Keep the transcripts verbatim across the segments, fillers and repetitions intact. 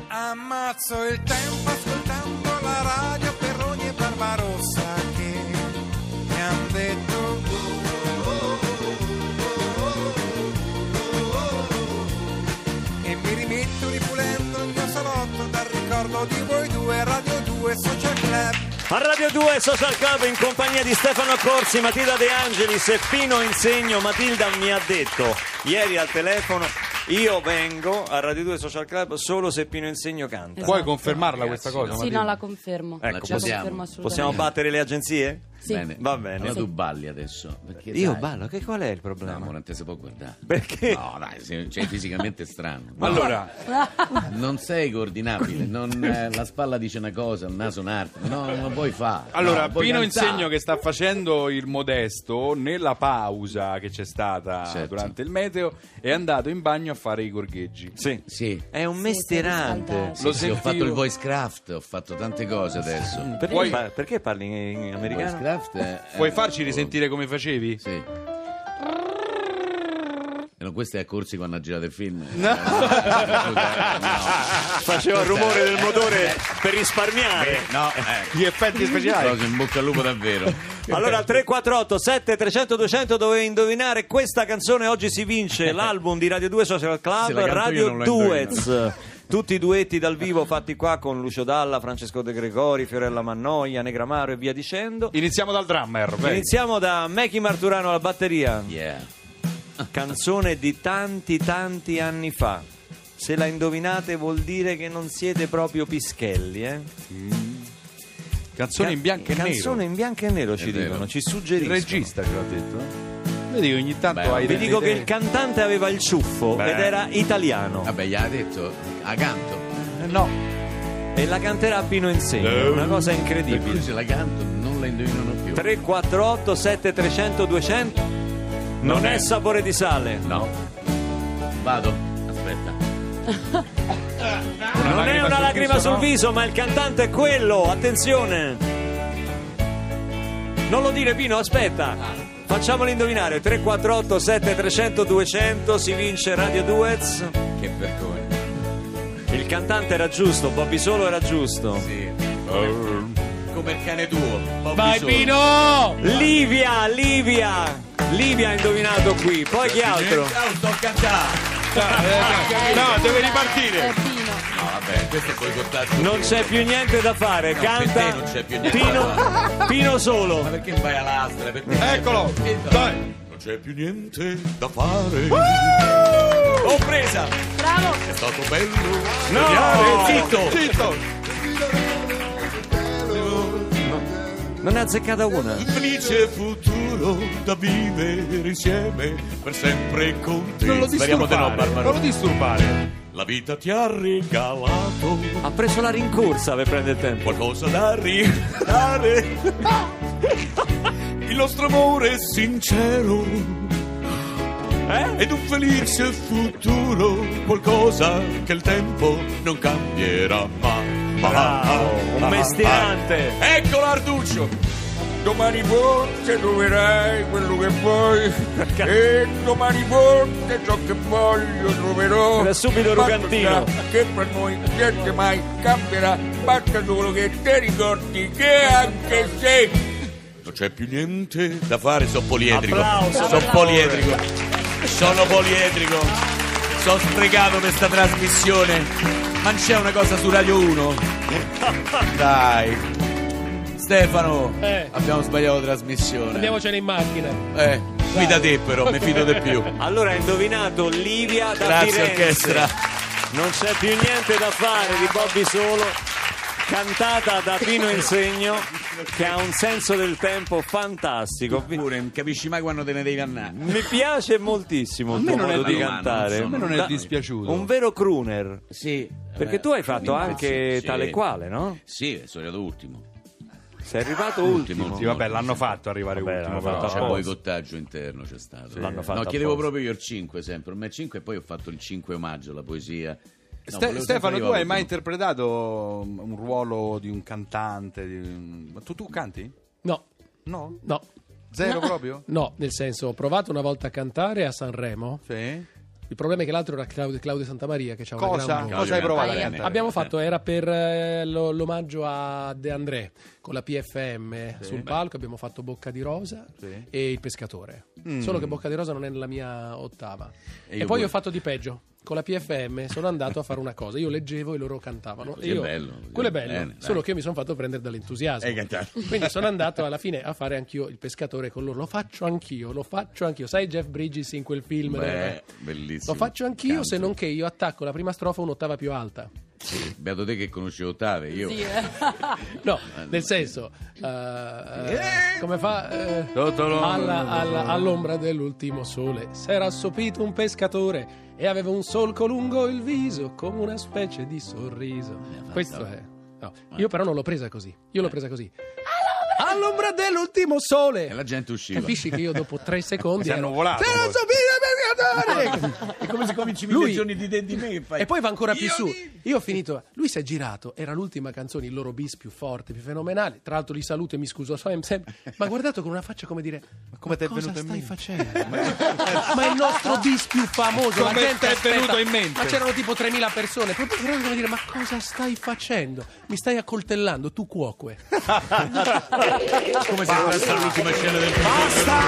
Ammazzo il tempo ascoltando la radio per ogni Barbarossa che mi han detto. E mi rimetto ripulendo il mio salotto dal ricordo di voi due, Radio due Social Club. A Radio due Social Club in compagnia di Stefano Accorsi, Matilda De Angelis e Pino Insegno. Matilda mi ha detto ieri al telefono: io vengo a Radio due Social Club solo se Pino Insegno canta. Esatto. Puoi confermarla questa cosa? Sì, Matilda? no, la confermo. Ecco, la possiamo, confermo assolutamente. possiamo battere le agenzie? Sì. Bene. Va bene. Allora Sì. tu balli adesso. Perché, Io dai, ballo, che qual è il No, problema? ma non te si può guardare. Perché? No, dai, sei, cioè, fisicamente è strano. No, Allora, non sei coordinabile, non, eh, la spalla dice una cosa, il naso un'altra. No, non lo puoi fare. allora no, puoi Pino cantare. Insegno che sta facendo il modesto nella pausa che c'è stata Certo. durante il meteo è andato in bagno a fare i gorgheggi. Sì. Sì. È un Sì, mestierante. per Sì, Lo sì, ho sentivo. fatto il voice craft, ho fatto tante cose adesso. Perché, Puoi- pa- perché parli in, in Il voice americano? craft è- Puoi è- farci risentire come facevi? Sì. E no, questo è Accorsi quando ha girato il film. No. Faceva il rumore del motore per risparmiare. No, eh. Gli effetti speciali. Cosa in bocca al lupo davvero. Allora tre quattro otto sette tre zero zero due zero zero dovevi indovinare questa canzone. Oggi si vince l'album di Radio due Social Club, Se la canto io Radio non la Duets. Tutti i duetti dal vivo fatti qua con Lucio Dalla, Francesco De Gregori, Fiorella Mannoia, Negramaro e via dicendo. Iniziamo dal drummer. vai. Iniziamo da Meki Marturano alla batteria. Yeah. Canzone di tanti tanti anni fa. Se la indovinate vuol dire che non siete proprio pischelli, eh? Canzone in bianco e nero. Canzone in bianco e nero ci È vero. dicono, ci Il suggeriscono. regista ce l'ha detto. eh? Vedi, ogni tanto Beh, hai Vi delle dico che idee. il cantante aveva il ciuffo Beh. ed era italiano Vabbè, gli ha detto a canto. Eh, no. e la canterà Pino Insegno, Eh. una cosa Per cui incredibile. se la canto non la indovinano più. tre quattro otto sette tre zero zero due zero zero non è sapore di sale. No. Vado. Aspetta. Non è una lacrima sul viso, ma il cantante è quello. Attenzione. Non lo dire Pino, aspetta. Facciamolo indovinare. tre quattro otto sette tre zero zero due zero zero, si vince Radio Duets. Che vergogna. Il cantante era giusto, Bobby Solo era giusto. Sì. Come il cane tuo. Bobby Vai Solo. Pino! Livia, Livia. Livia ha indovinato qui. Poi chi altro? Ah, sto a cantare. No, deve ripartire. È Pino. No, vabbè, questo è boicottaggio. Non c'è più niente da fare. No, Canta per te non c'è più niente Pino, da fare. Pino Solo. Ma perché vai all'astra? Perché Eccolo! Dai! non c'è più niente da fare. Ho presa. Bravo. È stato bello. No, Zitto. Zitto! non ne ha azzeccata una. Un felice futuro da vivere insieme per sempre con te. Non lo Speriamo di no, disturbare, Barbaro. non lo disturbare. La vita ti ha regalato Ha preso la rincorsa per prendere il tempo. qualcosa da ridare. Il nostro amore è sincero Eh? ed un felice futuro, qualcosa che il tempo non cambierà mai. Bravo, un mestierante. Ecco l'Arduccio. Domani forse troverai quello che vuoi e domani forse ciò che voglio troverò. Era subito Fatto Rugantino. sta che per noi niente mai cambierà, basta solo che te ricordi che anche se Non c'è più niente da fare, sono poliedrico. Applauso, sono per poliedrico. Sono poliedrico. Sono sprecato per sta trasmissione. Ma c'è una cosa su Radio uno? Dai. Stefano, Eh. abbiamo sbagliato trasmissione. Andiamocene in macchina. Eh, guida te però, mi fido di più. Allora ha indovinato Livia da Grazie Firenze. orchestra. Non c'è più niente da fare di Bobby Solo, cantata da Pino Insegno, che ha un senso del tempo fantastico. Pure, non capisci mai quando te ne devi andare. Mi piace moltissimo il tuo non è modo di romano, cantare. insomma. A me non è Da- dispiaciuto. Un vero crooner. Sì. Perché eh, tu hai fatto mi- anche sì, tale sì. quale, no? Sì, sono arrivato ultimo. Sei arrivato Ultimo, ultimo. Sì, vabbè, l'hanno fatto arrivare Vabbè, ultimo. l'hanno però. fatto C'è apposta. boicottaggio interno, c'è stato. L'hanno fatto no, chiedevo apposta. proprio io il cinque sempre. Per me cinque e poi ho fatto il cinque omaggio, la poesia. No, Ste- volevo Stefano, sempre tu arrivare hai mai ultimo. interpretato un ruolo di un cantante? Di un- Ma tu, tu canti? No, No? no, Zero proprio? no, nel senso, ho provato una volta a cantare a Sanremo, Sì. Il problema è che l'altro era Claudio, Claudio Santamaria, che c'ha una Cosa? gran voce. Cosa hai provato a Eh, cantare? abbiamo fatto, era per eh, lo- l'omaggio a De André con la P F M sul palco, abbiamo fatto Bocca di Rosa Sì. e Il Pescatore. Solo che Bocca di Rosa non è nella mia ottava. E, io poi pure. ho fatto di peggio. Con la P F M sono andato a fare una cosa, io leggevo e loro cantavano. E Che io, bello. quello è bello, Bene, solo dai. che io mi sono fatto prendere dall'entusiasmo. Hai cantato. Quindi sono andato alla fine a fare anch'io Il Pescatore con loro. Lo faccio anch'io, lo faccio anch'io. Sai Jeff Bridges in quel film? Beh, bellissimo. Lo faccio anch'io, Canto. se non che io attacco la prima strofa un'ottava più alta. Sì, beato te che conosci ottave, io. Sì, eh. No, nel senso, eh, eh, come fa? eh, Sotto l'ombra- alla- alla- all'ombra dell'ultimo sole s'era assopito un pescatore e aveva un solco lungo il viso come una specie di sorriso. Questo è. No, io però non l'ho presa così. Io l'ho presa così. All'ombra dell'ultimo sole. E la gente usciva. Capisci che io dopo tre secondi Si è ero, annuvolato. "S'era assopito il pescatore!" È come se cominci Lui- mille giorni di te di me. Fai... E poi va ancora più Io su. li- Io ho finito. Lui si è girato. Era l'ultima canzone, il loro bis più forte, più fenomenale. Tra l'altro li saluto e mi scuso sempre. Ma ha guardato con una faccia come dire: Ma come ti è cosa venuto in stai mente?" facendo? Ma è il nostro bis più famoso. La Come gente ti è aspetta- venuto in mente? Ma c'erano tipo tremila persone. Proprio come dire: Ma cosa stai facendo? Mi stai accoltellando, tu cuoque. Come se fosse l'ultima scena del film. Basta!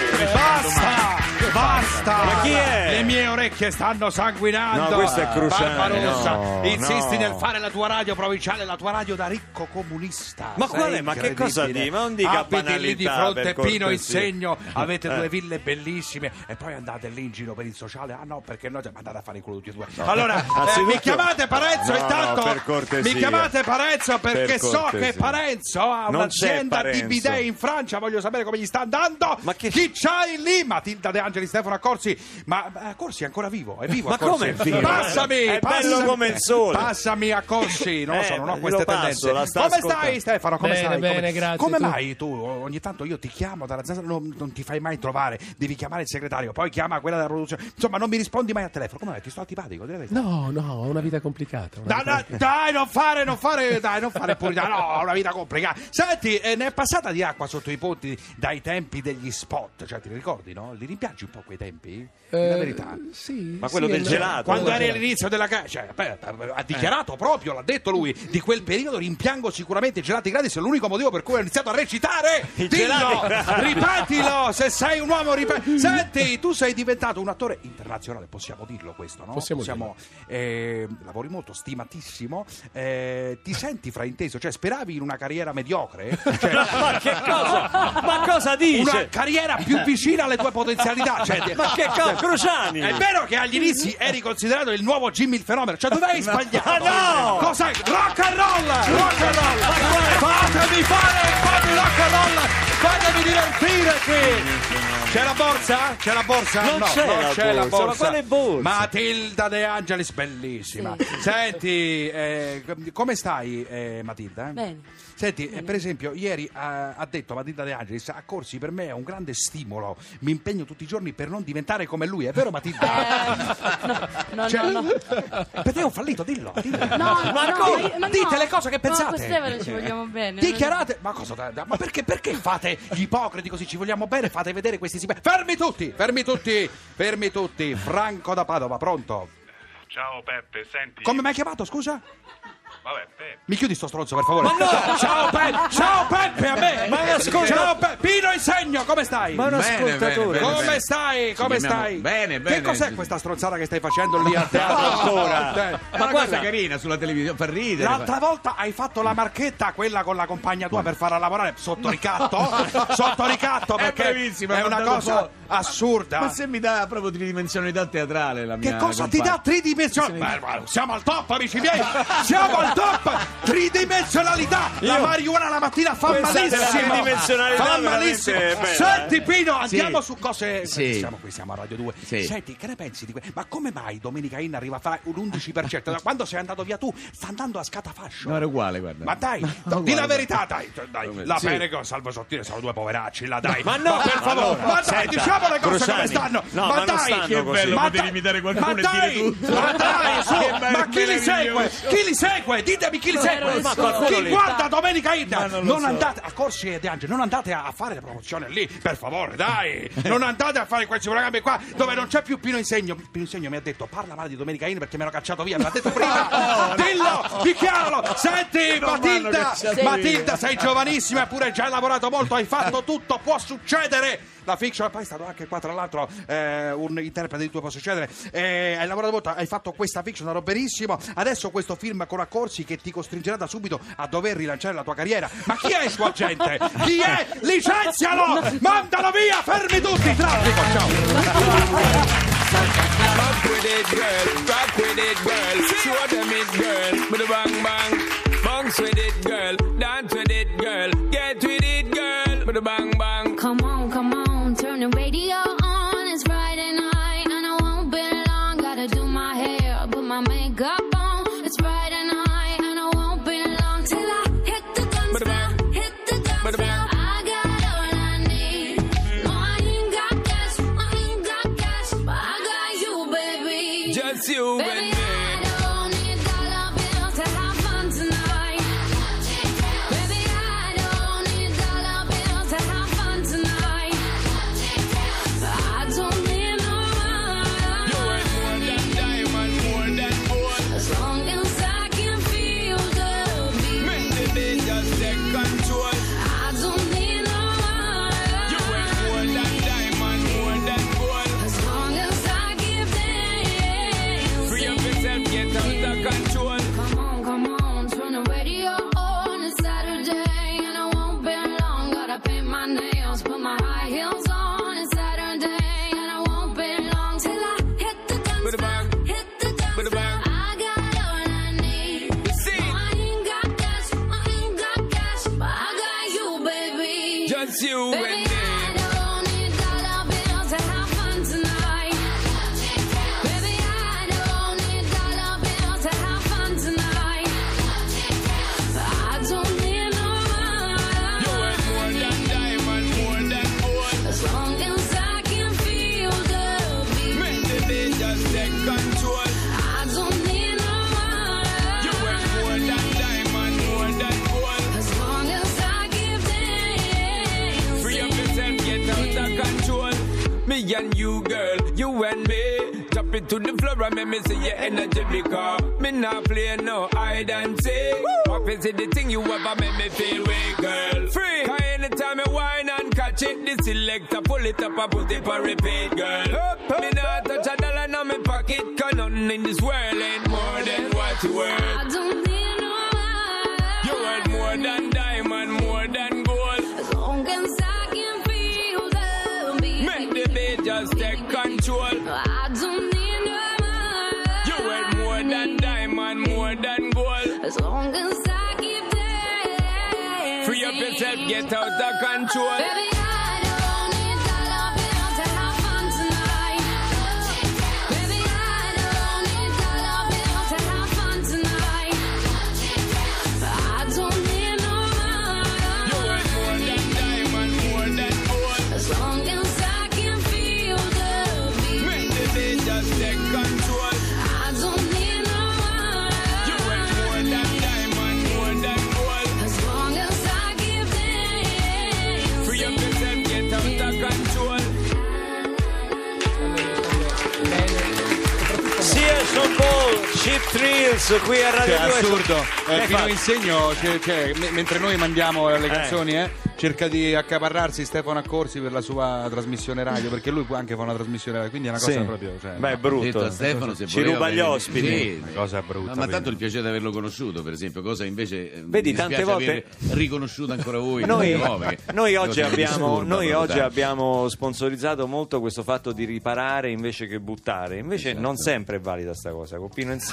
Basta! Basta! Ma chi è? Le mie orecchie stanno sanguinando. No, questo è Cruciani. Barbarossa, No, insisti no. nel fare la tua radio provinciale, la tua radio da ricco comunista. Ma Sei quale? Ma che cosa incredibile. di? Ma non dica Abiti lì di banalità, fronte per Pino cortesia. Insegno, avete Eh. due ville bellissime e poi andate lì in giro per il sociale. Ah no, perché noi andate a fare in culo tutti e due. Allora, eh, Anzitutto- mi chiamate Parenzo No, intanto. no, per cortesia. Mi chiamate Parenzo perché Per so cortesia. che Parenzo ha Non c'è un'azienda di Parenzo. bidet in Francia, voglio sapere come gli sta andando. Ma che- Chi c'hai lì? Matilda De Angeli, Stefano Accorsi. Ma ma Accorsi è ancora vivo, è vivo Ma Accorsi. come è vivo? Passami, È bello passami- come il sole. Passami Accorsi, non lo so, Eh, non ho glielo queste passo, tendenze. la sta Come ascoltando. stai Stefano? Come Bene, stai? bene, come... grazie, Come tu? mai tu ogni tanto io ti chiamo dalla zanzara, non, non ti fai mai trovare, devi chiamare il segretario, poi chiama quella della produzione. Insomma, non mi rispondi mai al telefono. Come mai? Ti sto antipatico, dire la verità. No, no, ho una vita complicata. una Da- vita da- complicata. dai, non fare, non fare, dai, non fare purità. No, ho una vita complicata. Senti, eh, ne è passata di acqua sotto i ponti dai tempi degli spot. Cioè, ti ricordi, no? Li rimpiangi un po' quei tempi? Eh, la verità. Sì. Ma quello sì, del no. gelato. Quando Quello eri del all'inizio della ca- cioè, aspetta, ha dichiarato proprio, l'ha detto lui, di quel periodo rimpiango sicuramente i gelati gratis, è l'unico motivo per cui ho iniziato a recitare. I Dillo, gelati gratis. ripetilo, se sei un uomo ripeti. Senti, tu sei diventato un attore internazionale, possiamo dirlo questo, no? Possiamo eh, lavori molto, stimatissimo, eh, ti senti frainteso, cioè speravi in una carriera mediocre? Cioè, Ma che cosa? Ma cosa una dice? carriera più vicina alle tue potenzialità, cioè, Ma che cosa? Cruciani! è vero che agli inizi eri considerato il nuovo Jimmy il fenomeno, cioè dove hai sbagliato? Ma no! Cos'è? Rock and roll! Rock and roll! Fatemi fare un po' di rock and roll! Fatemi divertire qui! C'è la borsa? C'è la borsa? Non no, c'è non la c'è la borsa, ma borsa. quale borsa? Matilda De Angelis, bellissima. Senti, eh, come stai eh, Matilda? Bene. Senti, eh, per esempio, ieri eh, ha detto Matilda De Angelis, a Corsi per me è un grande stimolo, mi impegno tutti i giorni per non diventare come lui, è vero Matilda? Eh, no, Cioè, no, no. Per te è un fallito, dillo, dillo. No, ma no, come? io- ma no. Dite le cose che No, pensate. con Stefano ci vogliamo bene. Dichiarate, ma cosa? da- da- Ma perché, perché fate gli ipocriti così? Ci vogliamo bene? Fate vedere questi sipa- Fermi tutti, fermi tutti, fermi tutti. Franco da Padova, pronto? Ciao Peppe, senti. Come mi hai chiamato, scusa? Vabbè, Peppe. Mi chiudi sto stronzo, per favore. Ciao Peppe, ciao Peppe a me. Ma è ascolta- Ciao Peppe, Pino Insegno, come stai? Ma è un Bene, ascoltatore. bene, bene. Come stai? Come Ci chiamiamo- stai? Bene, bene. Che cos'è questa stronzata che stai facendo lì a teatro? Ancora? Eh, È una guarda- cosa carina sulla televisione, fa ridere. L'altra volta hai fatto la marchetta, quella con la compagna tua per farla lavorare sotto ricatto? Sotto ricatto È perché bravissima, è mi ha una dato cosa po'. assurda. Ma se mi dà proprio tridimensionalità teatrale la mia Che cosa ti compagna. dà tridimensionalità? Beh, ma siamo al top, amici miei! Siamo al top! Tridimensionalità! La Io- marijuana la mattina fa Questa malissimo! tridimensionalità Fa veramente malissimo! bella, Senti Pino, andiamo Sì. su cose... Sì. Siamo qui, siamo a Radio due. Sì. Senti, che ne pensi di questo? Ma come mai Domenica Inna arriva a fare un undici per cento? Da quando sei andato via tu, sta andando a scatafascio. No, era uguale, guarda. Ma dai, di la guarda. verità, dai, dai, la Sì. Perego, Salvo Sottile, sono due poveracci, là, dai. Ma no, per favore, allora, ma dai, senta. diciamo diciamo le cose Cruciani. come stanno. No, ma, ma non dai, stanno Che così. bello ma poter dai, imitare ma qualcuno e dai, dire tutto. ma dai, su, Che ma chi li segue? meraviglioso. Chi li segue? Ditemi chi li segue. Ma qualcuno Chi li- guarda Domenica In? Ma non lo Non so. andate a Corsi e De Angeli, non andate a fare le promozioni lì, per favore, dai. Non andate a fare questi programmi qua dove non c'è più Pino Insegno. Pino Insegno mi ha detto parla male di Domenica In perché me l'ho cacciato via, me l'ha detto prima. Dillo, dichiaralo. Senti, Non Matilda, m'hanno cacciato Matilda, sei giovanissima eppure già hai lavorato molto, hai fatto tutto, può succedere. La fiction, poi è stato anche qua tra l'altro eh, un interprete di Tutto può succedere, eh, hai lavorato molto, hai fatto questa fiction, ero benissimo, adesso questo film con Accorsi che ti costringerà da subito a dover rilanciare la tua carriera. Ma chi è il suo agente? Chi è? Licenzialo! Mandalo via, fermi tutti, traffico, ciao! Rock with it, girl. Rock with it, girl. Show them it, girl. With a bang bang. Bounce with it, girl. Dance with it, girl. Get with it, girl. With a bang bang. Come on, come on, turn the radio on. It's Friday night and I won't be long. Gotta do my hair, put my makeup on. It's Friday night and I won't be long till I hit the dance floor, hit the dance floor. I got all I need. No, I ain't got cash, I ain't got cash, but I got you, baby. Just you and Baby, me. I don't need dollar bills to have fun tonight. Baby, I don't need dollar bills to have fun tonight. I don't need no You ain't more than diamond, more than gold. as long as I can feel the beat. Make the day just take control. I don't need no You ain't more than diamond, more than gold. as long as I give dance. Free up yourself, get out of control. Come on, come on, turn the radio on. It's Saturday and I won't be long. Gotta paint my nails, put my high heels on. It's Saturday and I won't be long till I hit the dance With a floor, bang. hit the dance With a floor. bang. I got all I need. See? No, I ain't got cash, I ain't got cash, but I got you, baby. Just you Baby, and me. I don't need dollar bills to have fun tonight. Baby, I don't need dollar bills to have fun tonight. I don't need no You ain't more than diamond, more than gold. as long as I can feel the beat. Make the day just take control. I don't need no You ain't more than diamond, more than gold. as long as I give dance. Free up yourself, get out of control. Me and you, girl, you and me. Drop it to the floor and make me see your energy because me not play no hide and seek. What is it the thing you ever make me feel weak, girl? Free. Cause anytime I whine and catch it, the selector pull it up and put it for repeat, girl. Me not touch a dollar in my pocket, cause nothing in this world ain't more than what you worth. I don't need no You worth more than diamond, more than gold. as long as I can feel the beat. Make the beat just take control. I don't need no You worth more than diamond, more than gold. as long as I keep dancing. Free up yourself, get out of control. Baby, I don't need dollar bills to have fun tonight. Baby, I don't need dollar bills to have fun tonight. I don't need no You worth more than diamond, more than gold. as long as I can feel the beat. Make the beat just take control. I don't need no You worth more than diamond, more than gold. as long as I give dance. Free up yourself, get out of control. Sia Sean Paul, Cheap Thrills qui a Radio Cioè, due. assurdo. Che Eh, hai Pino fatto? Insegno, cioè, cioè, me- mentre noi mandiamo le Eh. canzoni, eh, cerca di accaparrarsi Stefano Accorsi per la sua trasmissione radio, perché lui anche fa una trasmissione radio, quindi è una cosa Sì. proprio. Cioè, Beh, è Detto brutto. a Stefano se Ci voleva ruba gli venire- ospiti. Sì, una cosa brutta. ma, ma quindi. tanto il piacere di averlo conosciuto, per esempio, cosa invece eh, Vedi, mi tante spiace volte- aver riconosciuto ancora voi. Noi, no, perché noi cosa oggi, mi abbiamo, disturba noi proprio oggi tanto. abbiamo sponsorizzato molto questo fatto di riparare invece che buttare. Invece Esatto. non sempre è valida sta cosa. Con Pino Insegno-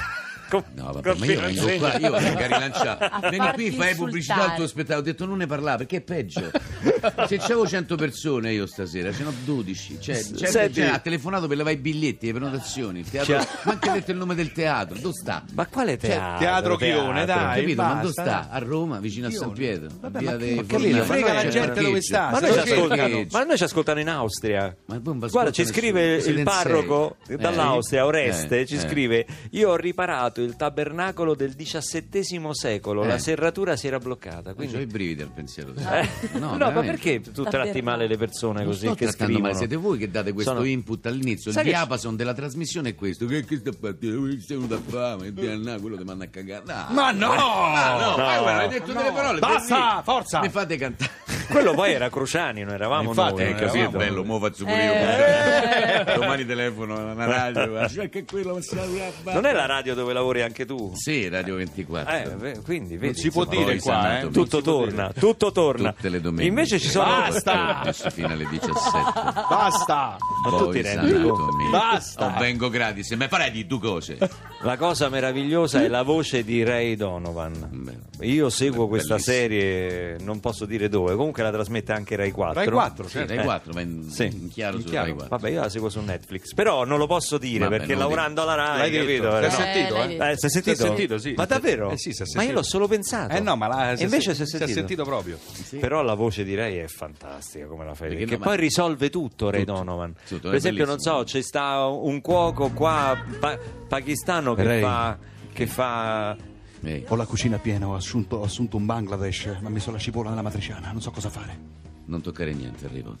con, No, vabbè, con ma io Pino vengo Insegno. qua, io vengo a rilanciare. A Vieni farti qui, fai pubblicità al tuo insultare. spettacolo. Ho detto non ne parlare perché è peggio. Se c'avevo cento persone io stasera, ce n'ho dodici. Cioè, c'è Senti- gente ha telefonato per levare i biglietti, le prenotazioni. Il teatro, Cioè- ma anche detto il nome del teatro. Dove sta? Ma quale teatro? Teatro Chione, dai. Capito? Ma dove basta, sta? A Roma, vicino a San Pietro. Vabbè, via ma dei che- Fornari. capito, frega la C'è gente parcheggio. dove sta. Ma Se noi, ci lo cercano. ascoltano, ma noi ci ascoltano in Austria. Ma poi non Guarda, ci ascolta scrive nessuno. il Siete in parroco sei. Eh, dall'Austria, Oreste, eh, ci eh. scrive: io ho riparato il tabernacolo del diciassettesimo secolo, Eh. la serratura si era bloccata. Ho Quindi... i brividi al pensiero. Eh, no, ma veramente. perché tu tratti Tabernacolo. male le persone Non così sto che trattando scrivono? male, siete voi che date questo Sono- input all'inizio. Sai Il che- diapason della trasmissione è questo. Che, che sta partendo? Sei venuto a fame, il D N A, quello ti manda a cagare. No, Ma no! Ah, no, No. ma guarda, hai detto delle parole. Basta, così. forza! Mi fate cantare. Quello poi era Cruciani, non eravamo Infatti, noi. eh, Eh, capito? capito? Bello, mo faccio pure io. Eh. Domani telefono alla radio. Cioè, che quello non sa- Non è la radio dove lavori anche tu? Sì, Radio ventiquattro. Eh, beh, quindi vedi, si può insomma, dire poi qua, San eh. tutto torna, tutto torna. Tutte le domeniche. Invece ci sono Basta! Adesso fino alle diciassette. Basta! Ma tu ti Poi rendi San conto? Antonio. Basta! Oh, vengo gratis, mi farai di due cose. La cosa meravigliosa è la voce di Ray Donovan. Beh, Io seguo questa bellissimo. serie, non posso dire dove, comunque la trasmette anche Rai quattro. Rai quattro, Sì, certo. Rai quattro, ma in, Sì. in chiaro In su chiaro. Rai quattro. Vabbè, io la seguo su Netflix, però non lo posso dire Vabbè, perché non lo lavorando alla Rai, L'hai detto. capito? L'hai No. sentito, Eh, eh? l'hai Eh, si è sentito? Si è sentito, sì. Ma davvero? Eh sì, si è Ma sentito. io l'ho solo pensato. Eh no, ma la, E invece si è si è sentito. sentito proprio. Però la voce di Ray è fantastica come la fai, Perché perché no, poi ma- risolve tutto Ray Tutto. Donovan. Tutto, è Per esempio, non bellissimo. so, c'è sta un cuoco qua pa- pakistano che Ray. fa che fa Eh, Ho la cucina piena, ho assunto, ho assunto un Bangladesh, mi ha messo la cipolla nella matriciana, non so cosa fare. non toccare niente, arrivo.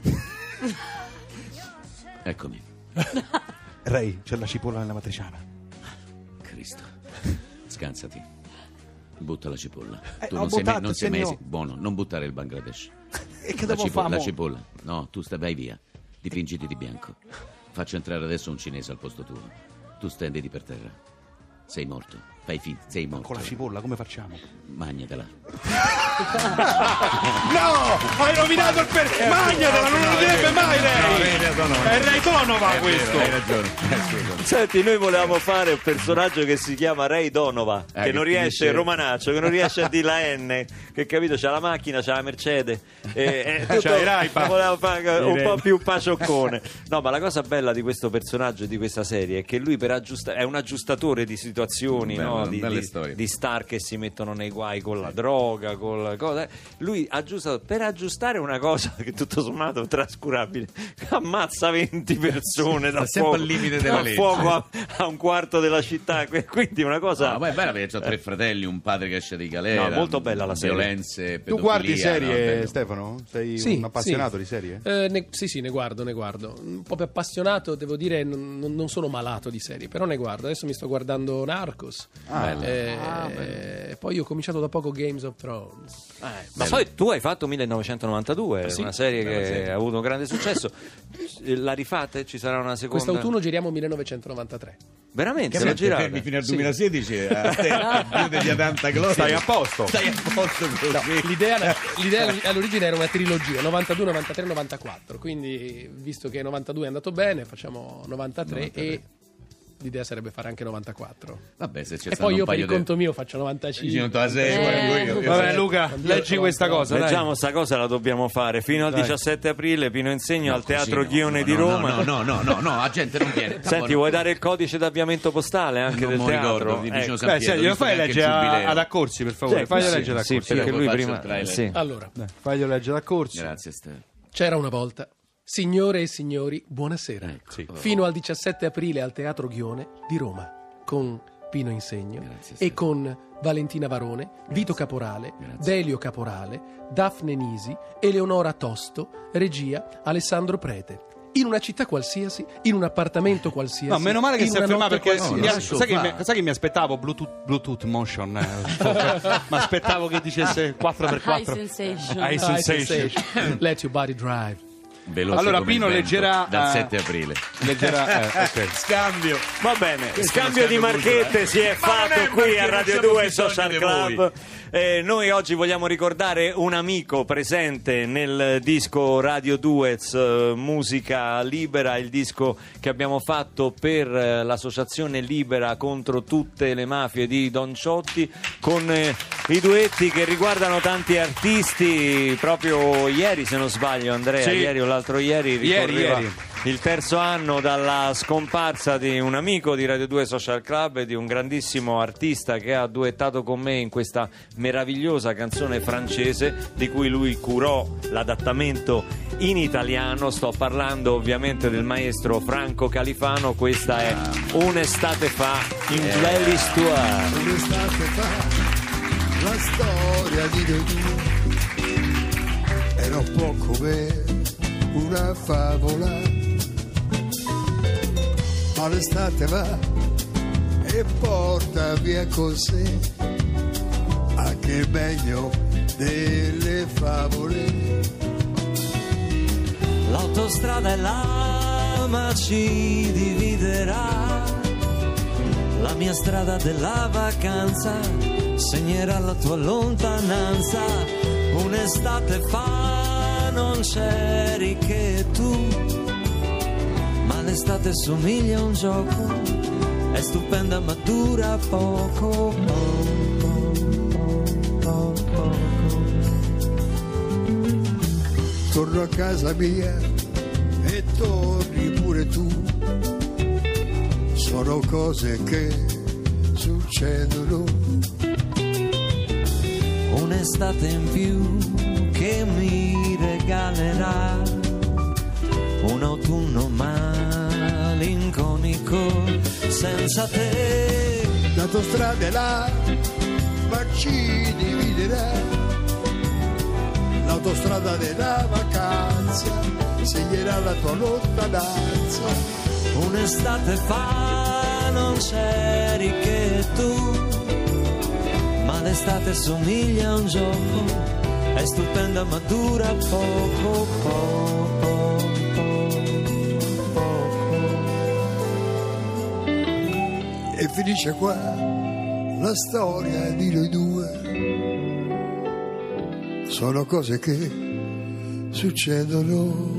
Eccomi. Ray, c'è la cipolla nella matriciana. Cristo. Scansati. Butta la cipolla. Eh, tu ho non sei, me- buttato, non sei mai... signor. Buono, non buttare il Bangladesh. E che La, devo cipo- fare? la mo? cipolla. No, tu stai, vai via. Dipingiti di bianco. Faccio entrare adesso un cinese al posto tuo. Tu stenditi per terra. Sei morto. Fai finta, sei morto. Con la cipolla come facciamo? Magnatela. No! Hai rovinato il per... Magnatela, non lo direbbe mai lei! È Ray Donovan questo! Hai ragione. Senti, noi volevamo fare un personaggio che si chiama Ray Donovan, Eh, che che non riesce, finisce- il romanaccio, che non riesce a dire la N, che capito, c'ha la macchina, c'ha la Mercedes, e, e tutto- C'ha i Rai-Ban. voleva fare un po' più pacioccone. No, ma la cosa bella di questo personaggio e di questa serie è che lui per aggiustare, è un aggiustatore di situazioni, Bella, no? di, belle di- storie. di star che si mettono nei guai con la droga, con la cosa. Lui aggiusta, per aggiustare una cosa che tutto sommato trascurabile, ammazza venti persone da Sta sempre fuoco, al limite della da legge. fuoco a, a un quarto della città, que- quindi una cosa. No, ma è bella perché ho tre fratelli, un padre che esce di galera. No, molto bella la serie. Violenze, Tu guardi pedofilia, no, serie, bello. Stefano? Sei Sì, un appassionato sì. di serie? Eh, ne- sì, sì, ne guardo, ne guardo. Un po' più appassionato, devo dire, non, non- non sono malato di serie, però ne guardo. Adesso mi sto guardando Narcos. Eh, eh, poi ho cominciato da poco Games of Thrones. Eh, ma poi tu hai fatto millenovecentonovantadue, Sì, una serie bella che serie. ha avuto un grande successo. La rifate? Ci sarà una seconda? Quest'autunno giriamo millenovecentonovantatré. Veramente? Che La te fermi girate? fino al duemilasedici a te più degli tanta gloria. Stai a posto. Stai a posto così. L'idea, l'idea all'origine era una trilogia, novantadue, novantatré, novantaquattro. Quindi, visto che novantadue è andato bene, facciamo novantatré, novantatré. e l'idea sarebbe fare anche novantaquattro. Vabbè, se c'è E stato poi un io per paio il di- conto mio faccio Io novantacinque. non te la sei, Eh. guardo io. io Vabbè so- Luca, leggi questa cosa, dai. Leggiamo sta cosa, la dobbiamo fare fino al Dai. diciassette aprile. Pino Insegno No, al Teatro così no, Ghione no, di no, Roma. No, no, no, no, no, la gente non viene. Senti, vuoi dare il codice d'avviamento postale anche Non del me lo teatro? ricordo, di vicino Ecco. San Beh, Pietro, sì, glielo visto fai che anche il leggere a- giubileo. ad Accorsi, per favore. Sì, Faglielo sì, leggere ad sì, Accorsi. perché Io lui poi prima faccio il trailer. sì. Allora, Dai, faglielo leggere ad Accorsi. Grazie Stefano. c'era una volta. Signore e signori, buonasera. Ecco. Fino al diciassette aprile al Teatro Ghione di Roma, con Pino Insegno Grazie, e Stefano. con Valentina Varone, Vito Caporale, Grazie. Delio Caporale, Daphne Nisi, Eleonora Tosto, regia Alessandro Prete. In una città qualsiasi, in un appartamento qualsiasi. No, meno male che in si è una fermato notte perché qualsiasi. mi- no, sai, che fa. mi, sai che mi aspettavo Bluetooth, Bluetooth Motion, eh, ma aspettavo che dicesse quattro per quattro. High sensation. High High sensation. sensation. Let your body drive. Veloce Allora, come il Pino vento, leggerà, dal eh, sette aprile. Leggerà, eh, ok. Scambio. Va bene, Questo è scambio uno di scambio marchette culturale. si è Ma non fatto è qui marchette, a Radio abbiamo due bisogno Social di Club. voi. Eh, noi oggi vogliamo ricordare un amico presente nel disco Radio Duets, eh, Musica Libera, il disco che abbiamo fatto per eh, l'associazione Libera contro tutte le mafie di Don Ciotti, con eh, i duetti che riguardano tanti artisti. Proprio ieri, se non sbaglio, Andrea, Sì. ieri o l'altro ieri Ieri, ricorreva ieri. il terzo anno dalla scomparsa di un amico di Radio due Social Club e di un grandissimo artista che ha duettato con me in questa meravigliosa canzone francese di cui lui curò l'adattamento in italiano. Sto parlando ovviamente del maestro Franco Califano. Questa è Un'estate fa in Belle Histoire. Un'estate fa la storia di noi due era un po' come una favola, ma l'estate va e porta via con sé anche meglio delle favole. L'autostrada e l'ama ci dividerà, la mia strada della vacanza segnerà la tua lontananza. Un'estate fa non c'eri che tu, ma l'estate somiglia a un gioco, è stupenda ma dura poco, poco, poco, poco. Torno a casa mia e torni pure tu, sono cose che succedono. Un'estate in più che mi regalerà un autunno malinconico senza te. L'autostrada è là, ma ci dividerà, l'autostrada della vacanza segnerà la tua lontananza. Un'estate fa non c'eri che tu, ma l'estate somiglia a un gioco, è stupenda ma dura poco, poco, poco, poco. E finisce qua la storia di noi due, sono cose che succedono.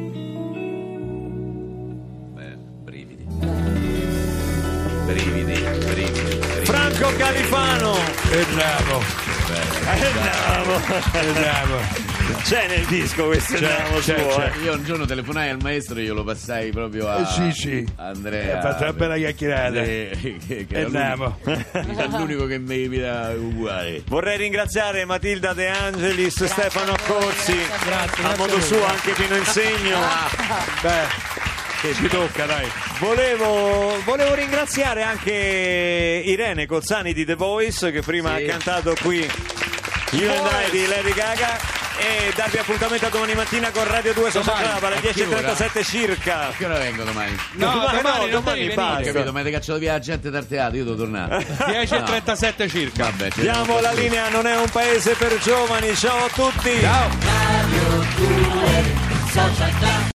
Beh, brividi. Brividi, brividi. Franco Califano È bravo, è bravo, è bravo. c'è nel disco questo C'è, bravo c'è, suo, c'è. eh. Io un giorno telefonai al maestro e io lo passai proprio a Eh, sì, sì. Andrea. Ha fatto una bella chiacchierata. Eh, che, che E era andiamo. l'unico, era l'unico che mi mi uguale. Vorrei ringraziare Matilda De Angelis, Stefano Corsi, Grazie, a grazie modo a voi. suo anche Pino Insegno. Beh, ci tocca, dai. Volevo, volevo ringraziare anche Irene Cozzani di The Voice, che prima Sì. ha cantato qui You and I di Lady Gaga, e darvi appuntamento a domani mattina con Radio due Social Domani. Club alle A che dieci e trentasette circa. A che ora vengo domani? No, domani, domani no, non domani devi Ho basta. capito, ma avete cacciato via la gente dal teatro, io devo tornare. dieci e trentasette circa. Vabbè, ci Diamo vediamo la così. linea, non è un paese per giovani. Ciao a tutti. Ciao.